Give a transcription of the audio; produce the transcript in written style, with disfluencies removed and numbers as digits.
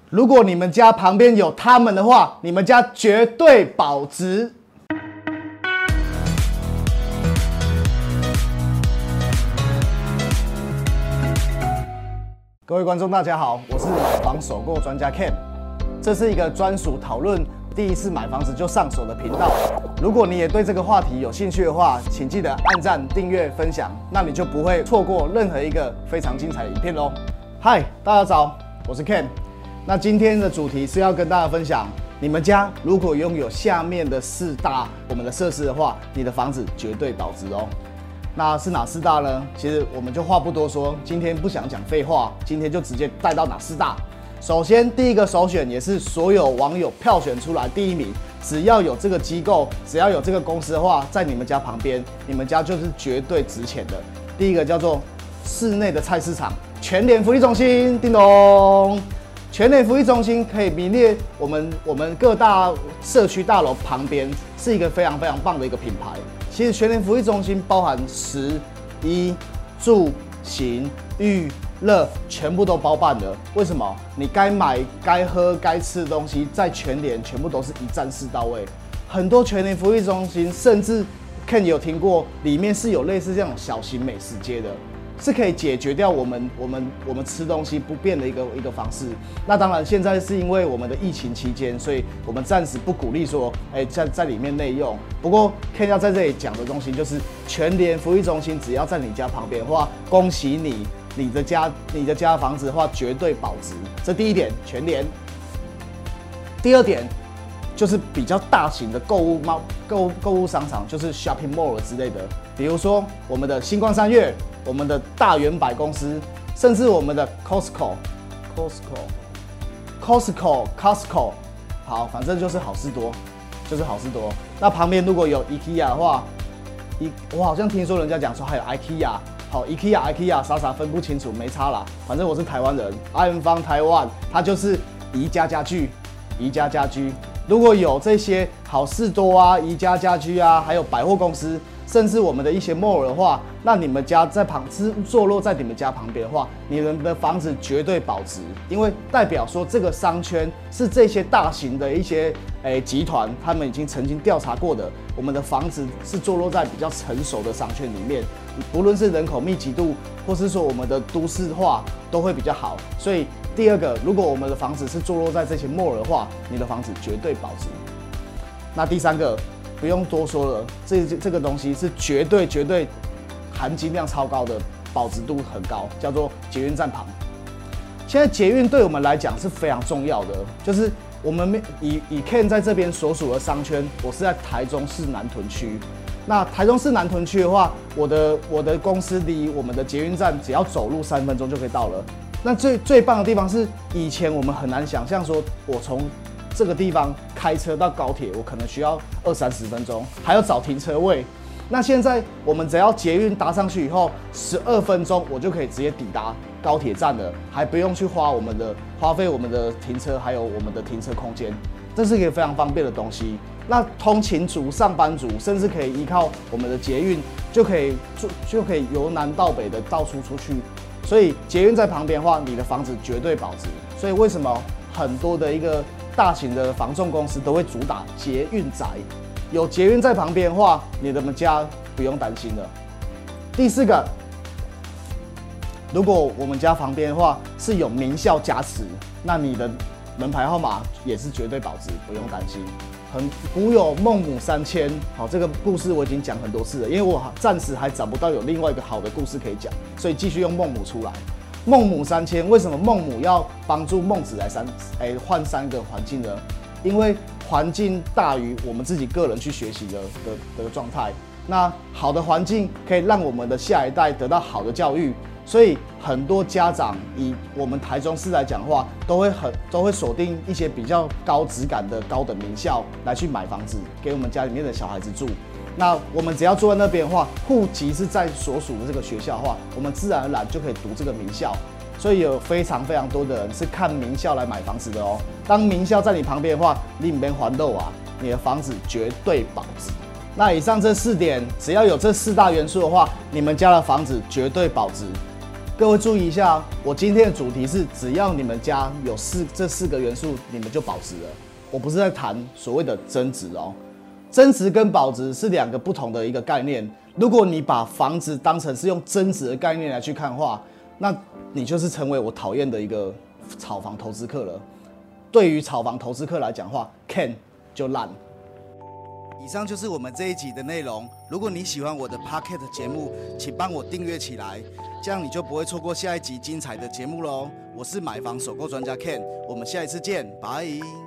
如果你们家旁边有他们的话，你们家绝对保值。各位观众，大家好，我是买房首购专家 Ken， 这是一个专属讨论第一次买房子就上手的频道。如果你也对这个话题有兴趣的话，请记得按赞、订阅、分享，那你就不会错过任何一个非常精彩的影片咯。嗨，大家早，我是 Ken。那今天的主题是要跟大家分享，你们家如果拥有下面的4大我们的设施的话，你的房子绝对保值哦。那是哪4大呢？其实我们就话不多说，今天不想讲废话，今天就直接带到哪4大。首先，第一个首选也是所有网友票选出来第1名，只要有这个机构，只要有这个公司的话，在你们家旁边，你们家就是绝对值钱的。第一个叫做室内的菜市场全联福利中心，叮咚。全联福利中心可以名列我们各大社区大楼旁边，是一个非常非常棒的一个品牌。其实全联福利中心包含食、衣、住、行、娱、乐，全部都包办了。为什么？你该买、该喝、该吃的东西，在全联全部都是一站式到位。很多全联福利中心，甚至 Ken 有听过，里面是有类似这种小型美食街的。是可以解决掉我们吃东西不便的一个方式。那当然，现在是因为我们的疫情期间，所以我们暂时不鼓励说，在里面内用。不过 Ken 要在这里讲的东西就是，全联福利中心只要在你家旁边的话，恭喜你，你的家房子的话绝对保值。这第一点，全联。第二点就是比较大型的购物商场，就是 shopping mall 之类的，比如说我们的星光三越。我们的大圆百公司，甚至我们的 Costco， 好，反正就是好事多，那旁边如果有 IKEA 的话，我好像听说人家讲说还有 IKEA， 好 IKEA 傻分不清楚，没差啦。反正我是台湾人 ，I'm from Taiwan， 它就是宜家家居。如果有这些好事多啊、宜家家居啊，还有百货公司。甚至我们的一些 mall 的话，那你们家坐落在你们家旁边的话，你们的房子绝对保值，因为代表说这个商圈是这些大型的一些集团，他们已经曾经调查过的，我们的房子是坐落在比较成熟的商圈里面，不论是人口密集度，或是说我们的都市化都会比较好。所以第二个，如果我们的房子是坐落在这些 mall 的话，你的房子绝对保值。那第三个。不用多说了，这个东西是绝对含金量超高的，保值度很高，叫做捷运站旁。现在捷运对我们来讲是非常重要的，就是我们以 Ken 在这边所属的商圈，我是在台中市南屯区。那台中市南屯区的话，我的公司离我们的捷运站只要走路3分钟就可以到了。那最棒的地方是，以前我们很难想象说，我从这个地方开车到高铁，我可能需要20-30分钟，还要找停车位。那现在我们只要捷运搭上去以后，12分钟我就可以直接抵达高铁站了，还不用去花费我们的停车，还有我们的停车空间，这是一个非常方便的东西。那通勤族、上班族，甚至可以依靠我们的捷运，就可以由南到北的到处出去。所以捷运在旁边的话，你的房子绝对保值。所以为什么很多的一个大型的房仲公司都会主打捷运宅，有捷运在旁边的话，你的家不用担心了。第4个，如果我们家旁边的话是有名校加持，那你的门牌号码也是绝对保值，不用担心。古有孟母3000，好，这个故事我已经讲很多次了，因为我暂时还找不到有另外一个好的故事可以讲，所以继续用孟母出来。孟母3000，为什么孟母要帮助孟子来换3个环境呢？因为环境大于我们自己个人去学习的状态。那好的环境可以让我们的下一代得到好的教育，所以很多家长以我们台中市来讲的话，都会锁定一些比较高质感的高等名校来去买房子给我们家里面的小孩子住。那我们只要住在那边的话，户籍是在所属的这个学校的话，我们自然而然就可以读这个名校。所以有非常多的人是看名校来买房子的哦。当名校在你旁边的话，你不免还漏啊，你的房子绝对保值。那以上这4点，只要有这4大元素的话，你们家的房子绝对保值。 各位注意一下，我今天的主题是只要你们家有这4个元素，你们就保值了。我不是在谈所谓的增值哦，增值跟保值是2个不同的一个概念。如果你把房子当成是用增值的概念来去看的话，那你就是成为我讨厌的一个炒房投资客了。对于炒房投资客来讲的话 ，Ken 就烂。以上就是我们这一集的内容。如果你喜欢我的 Podcast 节目，请帮我订阅起来，这样你就不会错过下一集精彩的节目喽。我是买房首购专家 Ken，我们下一次见，拜。